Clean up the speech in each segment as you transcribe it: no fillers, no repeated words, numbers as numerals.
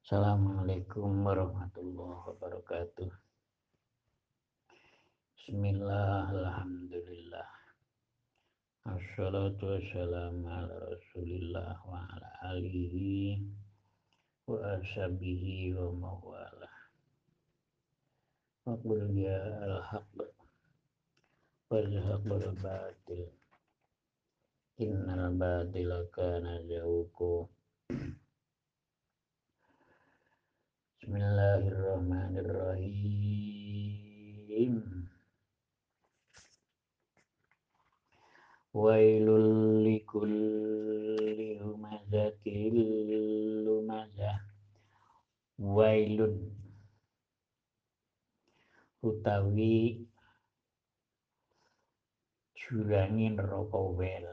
Assalamualaikum warahmatullahi wabarakatuh. Bismillah, alhamdulillah. Assalatu wassalamu ala rasulillah wa ala alihi wa ashabihi wa mawalah. Wa qul ya al-haq wa zahaqal batil. Innal batila kana zahuqa. Bismillahirrahmanirrahim. Wailul likulli humazatil lumazah. Wailun utawi jurangi neraka wel.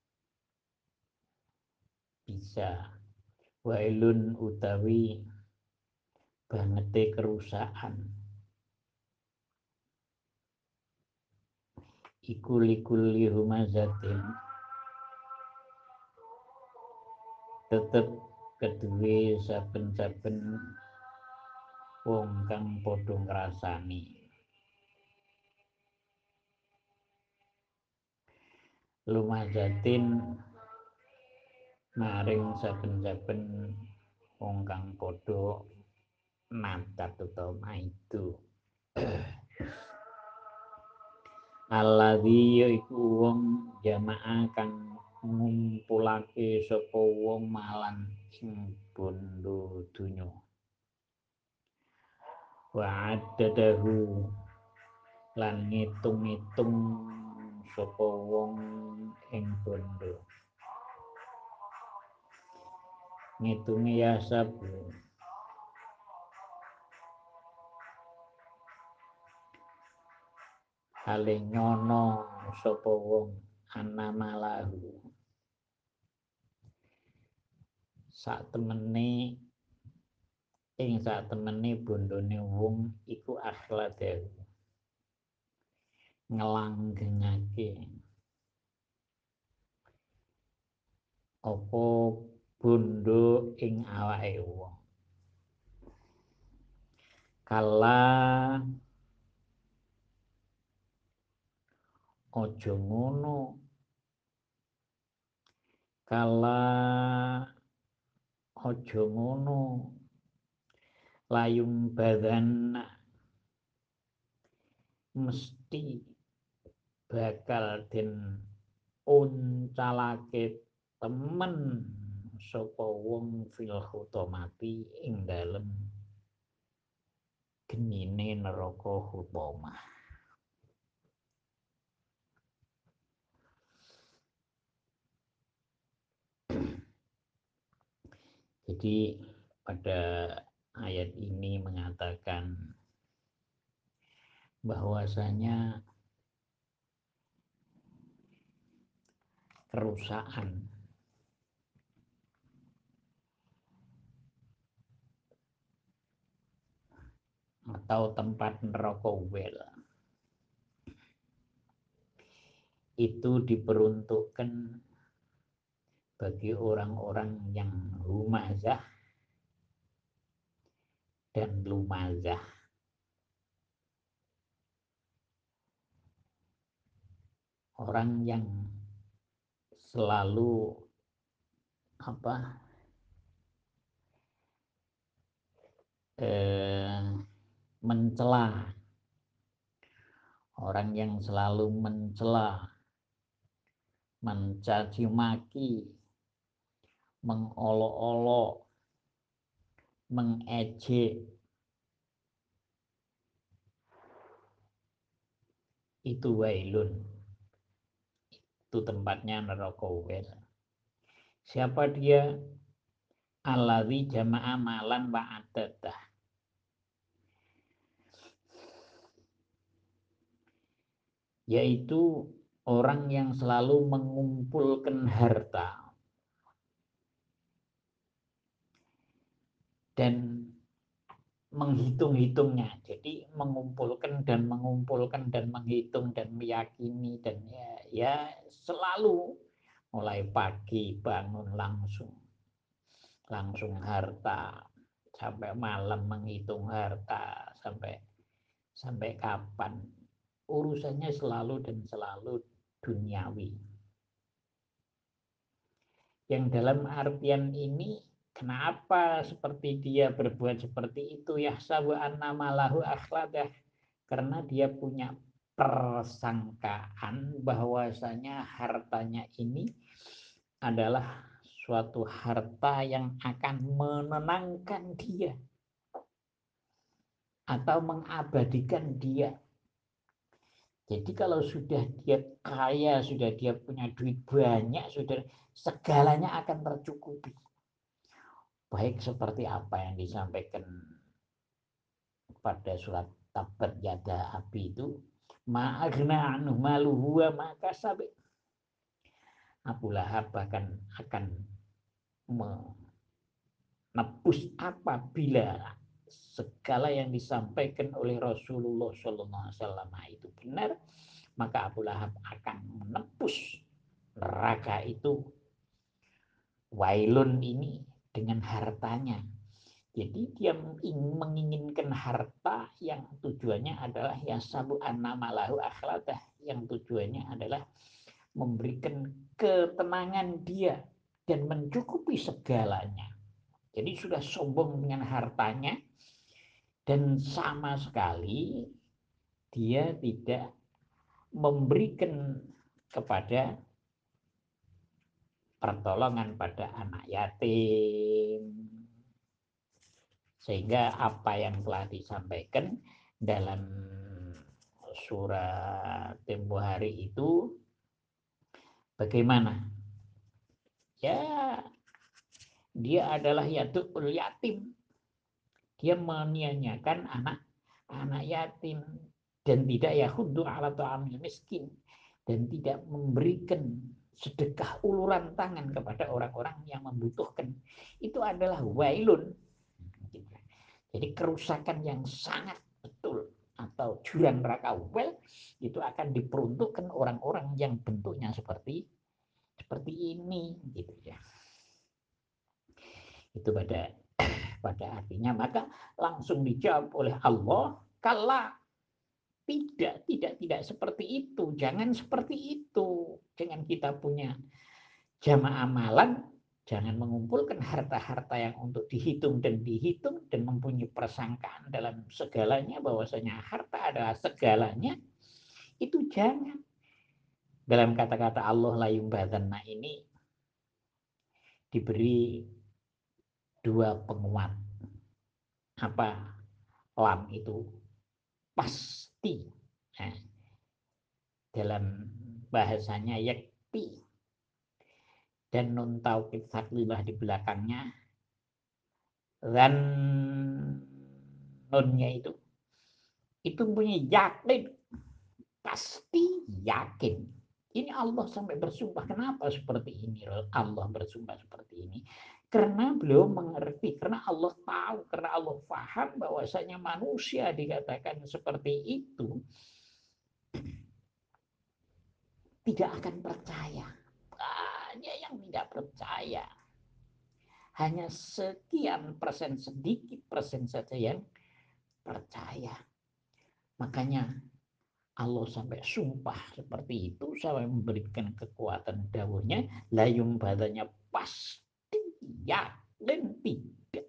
Bisa wailun utawi bangete kerusakan. Iku likulli humazatin tetep kedue saben-saben wong kang padha ngrasani. Lumazatin maring saben-saben wong kang padha nadat utawa maido. Alladzi yaiku wong jamaah kang ngumpulake sapa wong malan ing bondo donya. Wa adadahu lan ngitung-ngitung sapa wong ing bondo. Ngitunge ya sabu hale nyono sapa wong anamalahu satemene bondone wong iku akhladahu ngelanggengake apa bondo ing awake wong. Kala aja ngono. Kala aja ngono. Layung badan mesti bakal den uncalake temen sapa wong fil khutamati ing dalem genine neraka hutamah. Jadi pada ayat ini mengatakan bahwasanya kerusakan atau tempat neraka wel itu diperuntukkan bagi orang-orang yang humazah dan lumazah. Orang yang selalu mencela, orang yang selalu mencela, mencaci maki, mengolok-olok, mengejek, itu wailun, itu tempatnya neraka wel. Siapa dia? Alladzi jama'a malan wa adadah, yaitu orang yang selalu mengumpulkan harta dan menghitung-hitungnya. Jadi mengumpulkan dan menghitung dan meyakini dan ya selalu mulai pagi bangun langsung harta sampai malam menghitung harta, sampai kapan. Urusannya selalu dan selalu duniawi. Yang dalam artian ini, kenapa seperti dia berbuat seperti itu? Yahsabu anna malahu akhladah. Karena dia punya persangkaan bahwasanya hartanya ini adalah suatu harta yang akan menenangkan dia atau mengabadikan dia. Jadi kalau sudah dia kaya, sudah dia punya duit banyak, sudah segalanya akan tercukupi. Baik seperti apa yang disampaikan pada surat Tabbat Yada Abi itu, ma'aghna anhu maluhu wa ma kasab. Abu Lahab bahkan akan menebus apabila segala yang disampaikan oleh Rasulullah SAW itu benar, maka Abu Lahab akan menebus neraka itu, wailun ini, dengan hartanya. Jadi dia menginginkan harta yang tujuannya adalah yasabu anna malahu akhladah, yang tujuannya adalah memberikan ketenangan dia dan mencukupi segalanya. Jadi sudah sombong dengan hartanya dan sama sekali dia tidak memberikan kepada pertolongan pada anak yatim. Sehingga apa yang telah disampaikan dalam surat tempo hari itu bagaimana? Ya, dia adalah yatul yatim. Dia menyia-nyiakan anak yatim dan tidak yahuddu ala ta'amil miskin, dan tidak memberikan sedekah uluran tangan kepada orang-orang yang membutuhkan. Itu adalah wailun. Jadi kerusakan yang sangat betul atau jurang neraka well itu akan diperuntukkan orang-orang yang bentuknya seperti ini gitu ya. Itu pada artinya, maka langsung dijawab oleh Allah, kala tidak seperti itu, jangan seperti itu. Jangan kita punya jamaah amalan, jangan mengumpulkan harta-harta yang untuk dihitung dan mempunyai persangkaan dalam segalanya bahwasanya harta adalah segalanya. Itu jangan. Dalam kata-kata Allah la yumbadanna ini diberi dua penguat. Apa? Lam itu pasti. Nah, dalam bahasanya yakti, dan nun taukid saklillah di belakangnya, dan nunnya itu punya yakin, pasti yakin. Ini Allah sampai bersumpah. Kenapa seperti ini? Allah bersumpah seperti ini karena beliau mengerti, karena Allah tahu, karena Allah paham bahwasanya manusia dikatakan seperti itu tidak akan percaya. Banyak yang tidak percaya. Hanya sekian persen, sedikit persen saja yang percaya. Makanya Allah sampai sumpah seperti itu, sampai memberikan kekuatan dawuhnya, layum badanya pasti yakin tidak.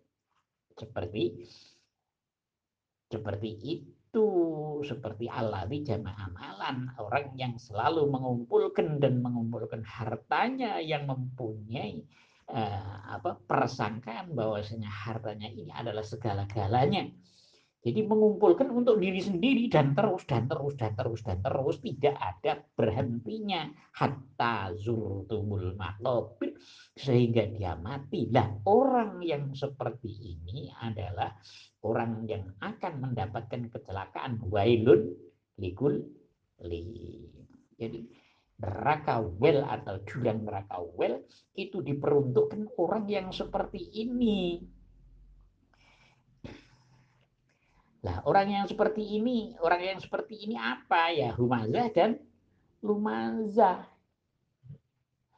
Seperti itu, seperti alladzi jama'a amalan, orang yang selalu mengumpulkan hartanya, yang mempunyai persangkaan bahwasanya hartanya ini adalah segala-galanya. Jadi mengumpulkan untuk diri sendiri dan terus, tidak ada berhentinya hatta zurtumul maqabir, sehingga dia mati. Lah, orang yang seperti ini adalah orang yang akan mendapatkan kecelakaan, wailun likul li. Jadi neraka wel atau jurang neraka wel itu diperuntukkan orang yang seperti ini. Nah, orang yang seperti ini apa ya? Humazah dan lumazah.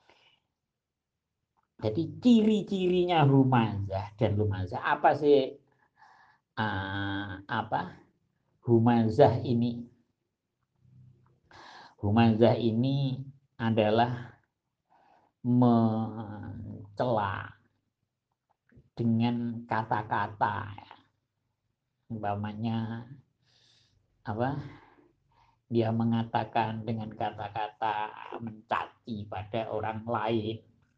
Jadi ciri-cirinya humazah dan lumazah apa sih? Humazah ini adalah mencela dengan kata-kata, umpamanya dia mengatakan dengan kata-kata mencaci pada orang lain,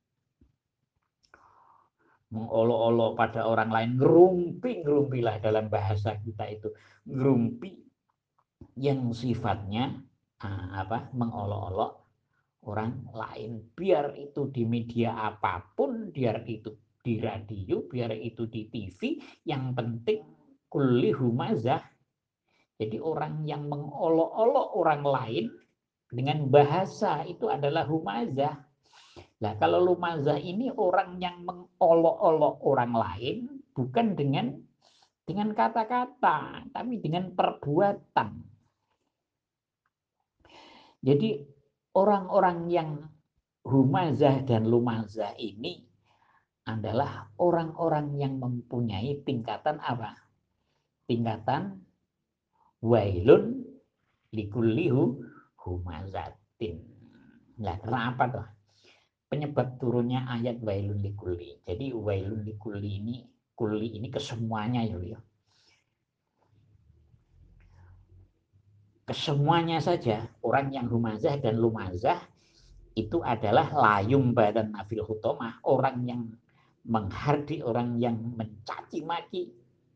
mengolok-olok pada orang lain, ngerumpi-ngerumpilah dalam bahasa kita itu, ngerumpi yang sifatnya mengolok-olok orang lain, biar itu di media apapun, biar itu di radio, biar itu di TV, yang penting kulli humazah. Jadi orang yang mengolok-olok orang lain dengan bahasa itu adalah humazah. Nah, kalau lumazah ini orang yang mengolok-olok orang lain bukan dengan kata-kata, tapi dengan perbuatan. Jadi orang-orang yang humazah dan lumazah ini adalah orang-orang yang mempunyai tingkatan apa? Tingkatan wailun likulli humazatin. Nah, kenapa tuh? Penyebab turunnya ayat wailun likulli. Jadi wailun likulli ini, kulli ini kesemuanya ya. Kesemuanya saja orang yang humazah dan lumazah itu adalah layum badan nafil hutomah, orang yang menghardik, orang yang mencaci maki.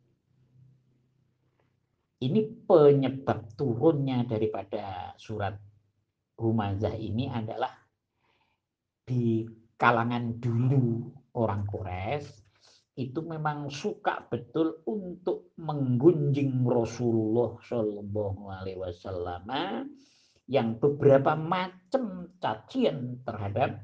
Ini penyebab turunnya daripada surat humazah ini adalah di kalangan dulu orang Quraisy itu memang suka betul untuk menggunjing Rasulullah Shallallahu Alaihi Wasallam yang beberapa macam cacian terhadap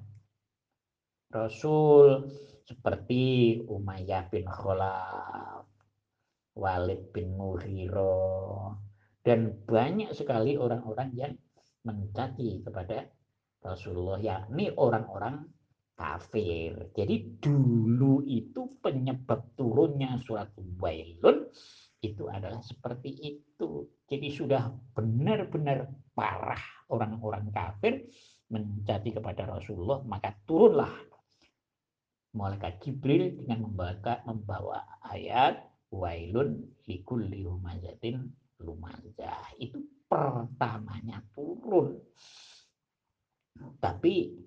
Rasul, seperti Umayyah bin Khalaf, Walid bin Mughirah, dan banyak sekali orang-orang yang mencaci kepada Rasulullah, yakni orang-orang kafir. Jadi dulu itu penyebab turunnya surat Wailun itu adalah seperti itu. Jadi sudah benar-benar parah orang-orang kafir mencaci kepada Rasulullah, maka turunlah malaikat Jibril dengan membawa ayat wailun likulli humazatin lumazah. Itu pertamanya turun. Tapi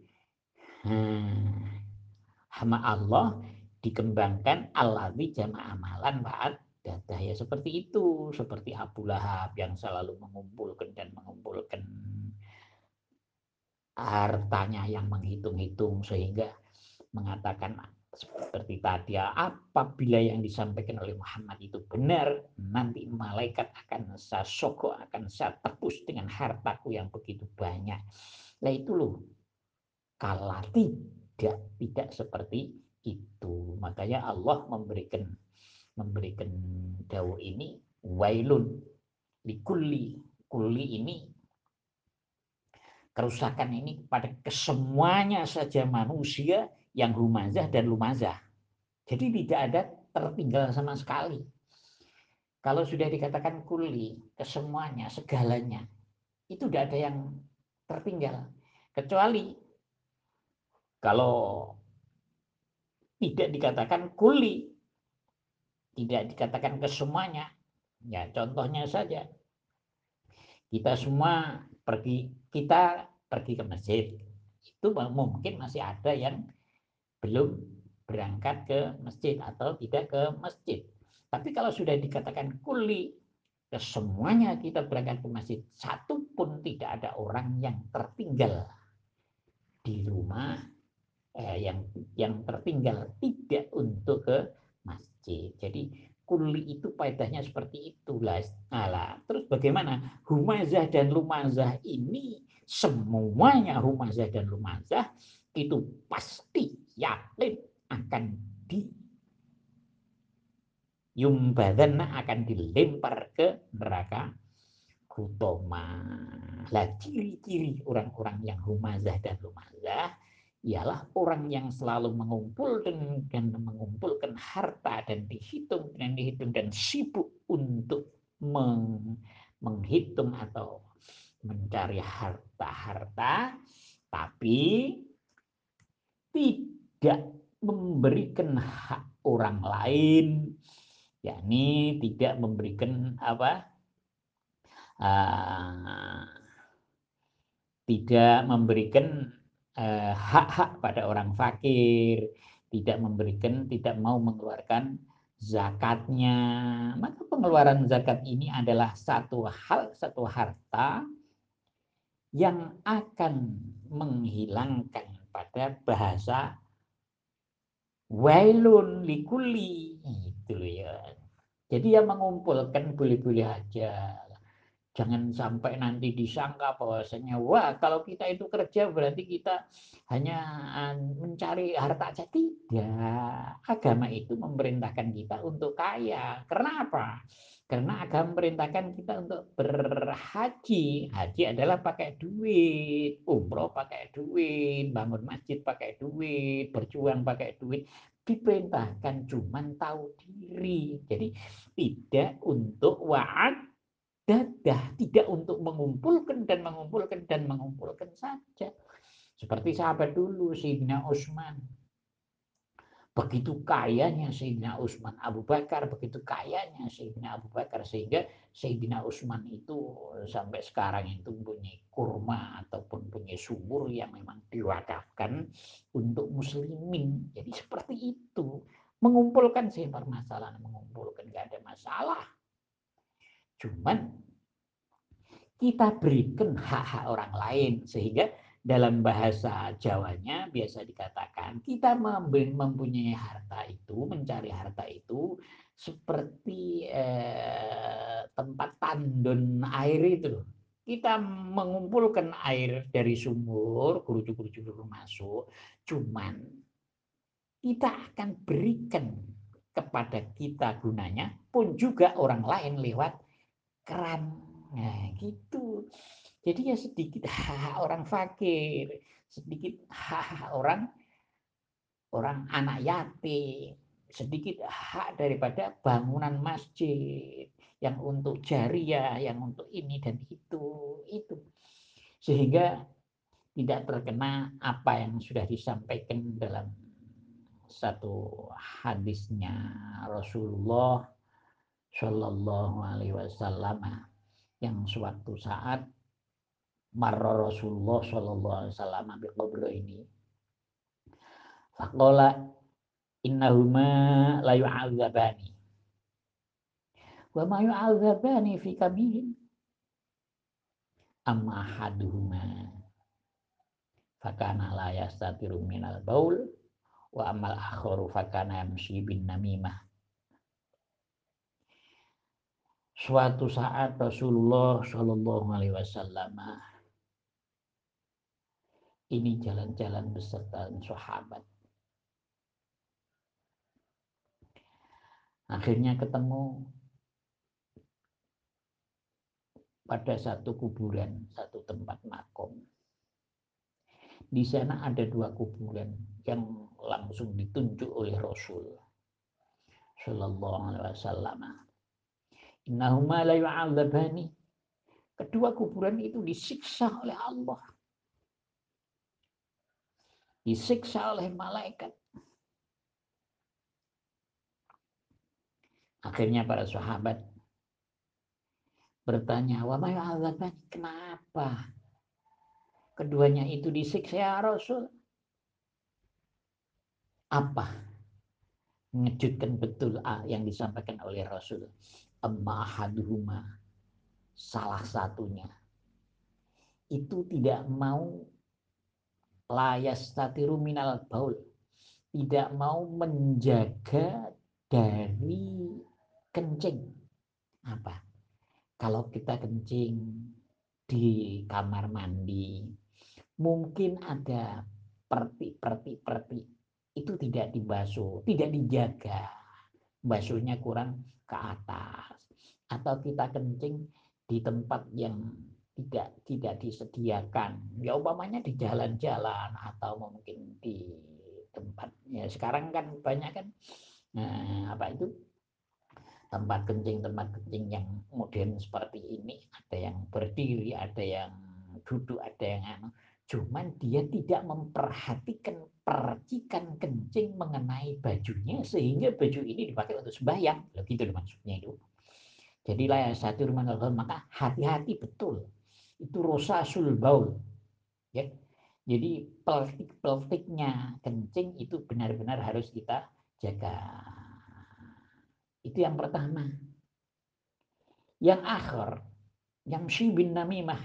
hama Allah dikembangkan alladzi jama'a amalan ba'd dadah, ya seperti itu, seperti Abu Lahab yang selalu mengumpulkan hartanya, yang menghitung-hitung sehingga mengatakan seperti tadi, apabila yang disampaikan oleh Muhammad itu benar, nanti malaikat akan saya sogok, akan saya tebus dengan hartaku yang begitu banyak. Nah itu loh, kalau tidak seperti itu. Makanya Allah memberikan dawuh ini wailun likulli, kulli ini kerusakan ini pada kesemuanya saja manusia yang humazah dan lumazah. Jadi tidak ada tertinggal sama sekali. Kalau sudah dikatakan kulli, kesemuanya, segalanya, itu tidak ada yang tertinggal. Kecuali kalau tidak dikatakan kulli, tidak dikatakan kesemuanya. Ya, contohnya saja, kita pergi ke masjid, itu mungkin masih ada yang belum berangkat ke masjid atau tidak ke masjid. Tapi kalau sudah dikatakan kulli, kesemuanya kita berangkat ke masjid, satu pun tidak ada orang yang tertinggal di rumah, yang tertinggal tidak untuk ke masjid. Jadi kulli itu faedahnya seperti itulah. Terus bagaimana humazah dan lumazah ini? Semuanya humazah dan lumazah itu pasti yakin akan akan dilempar ke neraka hutoma. Lah ciri-ciri orang-orang yang humazah dan lumazah ialah orang yang selalu mengumpulkan harta dan dihitung dan sibuk untuk menghitung atau mencari harta-harta, tapi tidak memberikan hak orang lain, yakni tidak memberikan tidak memberikan hak-hak pada orang fakir, tidak mau mengeluarkan zakatnya. Maka pengeluaran zakat ini adalah satu harta yang akan menghilangkan pada bahasa wailun likuli itu ya. Jadi ya mengumpulkan boleh-boleh aja. Jangan sampai nanti disangka bahwasanya wah kalau kita itu kerja berarti kita hanya mencari harta saja. Tidak. Agama itu memerintahkan kita untuk kaya. Kenapa? Karena agama memerintahkan kita untuk berhaji. Haji adalah pakai duit, umroh pakai duit, bangun masjid pakai duit, berjuang pakai duit. Diperintahkan cuman tahu diri. Jadi tidak untuk wa'ad dadah, tidak untuk mengumpulkan saja. Seperti sahabat dulu, Sayyidina Utsman. Begitu kayanya Sayyidina Utsman, Abu Bakar, begitu kayanya Sayyidina Abu Bakar, sehingga Sayyidina Utsman itu sampai sekarang itu punya kurma ataupun punya sumur yang memang diwakafkan untuk muslimin. Jadi seperti itu. Mengumpulkan sih permasalahan, mengumpulkan gak ada masalah. Cuman kita berikan hak-hak orang lain, sehingga dalam bahasa Jawanya biasa dikatakan kita mempunyai harta itu, mencari harta itu seperti tempat tandon air itu. Kita mengumpulkan air dari sumur, geruju-geruju masuk, cuman kita akan berikan kepada kita gunanya pun juga orang lain lewat keran. Nah, gitu. Jadi ya sedikit hak orang fakir, sedikit hak orang anak yatim, sedikit hak daripada bangunan masjid yang untuk jariah, yang untuk ini dan itu. Sehingga tidak terkena apa yang sudah disampaikan dalam satu hadisnya Rasulullah Shallallahu Alaihi Wasallam, yang suatu saat marra Rasulullah Shallallahu Alaihi Wasallam biqabri ini, faqala innahuma la yu'adzabani wa ma yu'adzabani fi kabihin, amma ahaduhuma fakana la yastatiru minal baul wa amal akharu fakana yamshi bin namimah. Suatu saat Rasulullah Shallallahu Alaihi Wasallam ini jalan-jalan beserta sahabat. Akhirnya ketemu pada satu kuburan, satu tempat makom. Di sana ada dua kuburan yang langsung ditunjuk oleh Rasul Shallallahu Alaihi Wasallam. Innahuma la yu'adzabani. Kedua kuburan itu disiksa oleh Allah, disiksa oleh malaikat. Akhirnya para sahabat bertanya, wa ma yu'adzabani, kenapa keduanya itu disiksa ya Rasul? Apa? Mengejutkan betul yang disampaikan oleh Rasul. Amma ahaduhuma, salah satunya itu tidak mau layas tatiru minal baul, tidak mau menjaga dari kencing. Apa? Kalau kita kencing di kamar mandi, mungkin ada perti itu tidak dibasuh, tidak dijaga, basuhnya kurang ke atas, atau kita kencing di tempat yang tidak disediakan, ya umpamanya di jalan-jalan atau mungkin di tempat, ya sekarang kan banyak kan Apa itu? Tempat kencing yang modern seperti ini, ada yang berdiri, ada yang duduk, ada yang cuman dia tidak memperhatikan percikan kencing mengenai bajunya sehingga baju ini dipakai untuk sembahyang. Begitu maksudnya itu. Jadi la satu rumah, maka hati-hati betul. Itu rosasul baul. Ya. Jadi peltik-peltiknya kencing itu benar-benar harus kita jaga. Itu yang pertama. Yang akhir, yang bin namimah.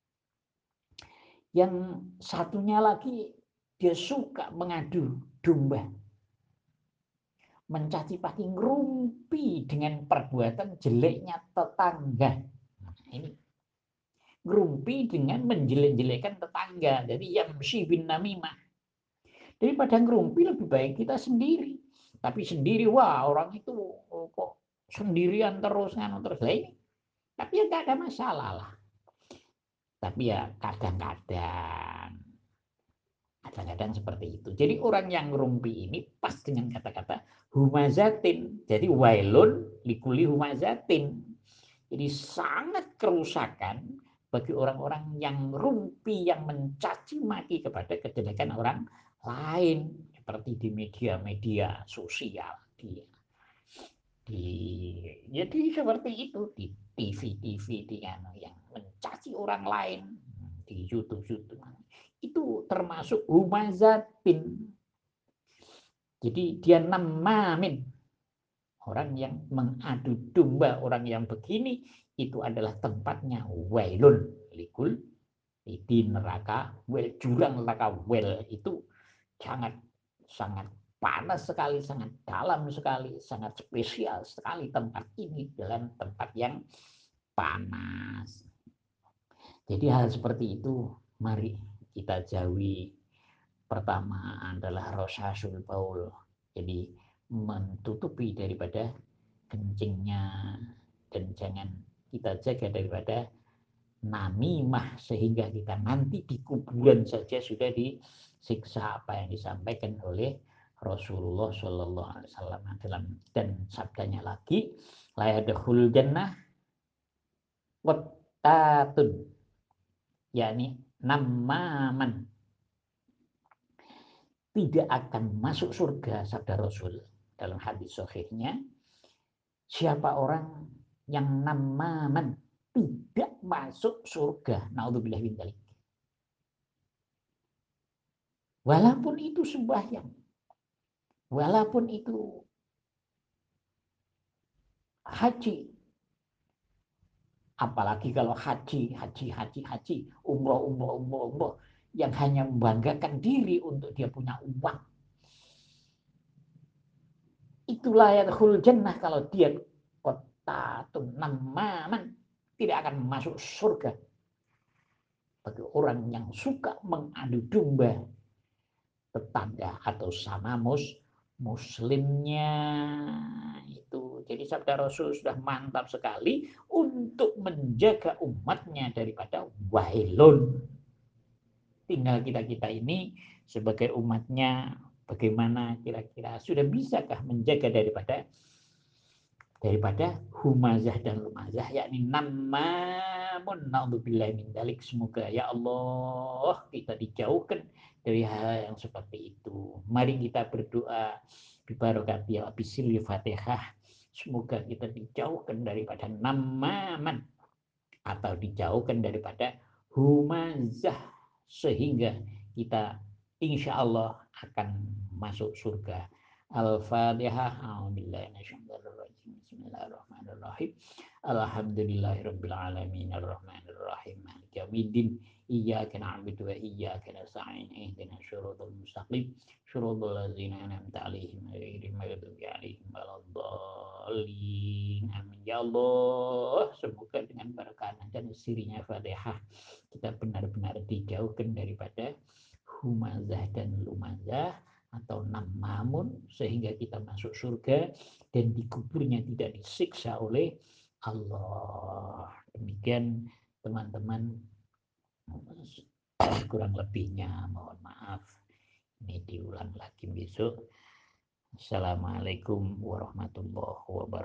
Yang satunya lagi dia suka mengadu domba. Mencaci maki, ngerumpi dengan perbuatan jeleknya tetangga. Nah, ini ngerumpi dengan menjelek-jelekkan tetangga. Jadi yang bin namimah. Daripada ngerumpi lebih baik kita sendiri. Tapi sendiri, wah orang itu kok sendirian terus terus lah ini. Tapi ya nggak ada masalah lah. Tapi ya kadang-kadang seperti itu. Jadi orang yang ngerumpi ini pas dengan kata-kata humazatin. Jadi wailun likuli humazatin. Jadi sangat kerusakan bagi orang-orang yang rumpi, yang mencaci maki kepada kejelekan orang lain, seperti di media-media sosial, jadi seperti itu di TV yang mencaci orang lain, di YouTube itu termasuk humazatin. Jadi dia namamin, orang yang mengadu domba, orang yang begini itu adalah tempatnya wailun likul di neraka wel, jurang neraka wel itu sangat sangat panas sekali, sangat dalam sekali, sangat spesial sekali tempat ini, dalam tempat yang panas. Jadi hal seperti itu mari kita jauhi. Pertama adalah rosasul baul, jadi menutupi daripada kencingnya, dan jangan kita jaga daripada namimah sehingga kita nanti di kuburan saja sudah disiksa apa yang disampaikan oleh Rasulullah Shallallahu Alaihi Wasallam dalam, dan sabdanya lagi, la yadkhul jannah wattatun, yakni namaman, tidak akan masuk surga, sabda Rasul dalam hadis sahihnya, siapa orang yang namaman, tidak masuk surga. Naudzubillah min dzalik. Walaupun itu sembahyang, walaupun itu haji, apalagi kalau haji, umroh, yang hanya membanggakan diri untuk dia punya uang. Itulah yadkhul jannah, kalau dia qattatun namaman, tidak akan masuk surga. Bagi orang yang suka mengadu domba tetangga atau sama muslimnya itu. Jadi sabda Rasul sudah mantap sekali untuk menjaga umatnya daripada wailun. Tinggal kita ini sebagai umatnya bagaimana kira-kira, sudah bisakah menjaga daripada humazah dan lumazah, yakni namamun, naudzubillah min dzalik. Semoga ya Allah kita dijauhkan dari hal yang seperti itu. Mari kita berdoa bibarakati bisil Fatihah, semoga kita dijauhkan daripada namaman atau dijauhkan daripada humazah, sehingga kita insya Allah akan masuk surga. Al-Fatihah. Bismillahirrahmanirrahim. Alhamdulillahirabbil alamin arrahmanir rahim maliki yaumiddin iyyaka na'budu wa iyyaka nasta'in ihdinas shiratal mustaqim shiratal ladzina an'amta 'alaihim ghairil maghdubi 'alaihim waladdallin. Amin ya Allah. Semoga dengan berkah dan sirinya Fatihah kita benar-benar dijauhkan daripada humazah dan lumazah atau namamun, sehingga kita masuk surga dan di kuburnya tidak disiksa oleh Allah. Demikian teman-teman, kurang lebihnya mohon maaf. Ini diulang lagi besok. Assalamualaikum warahmatullahi wabarakatuh.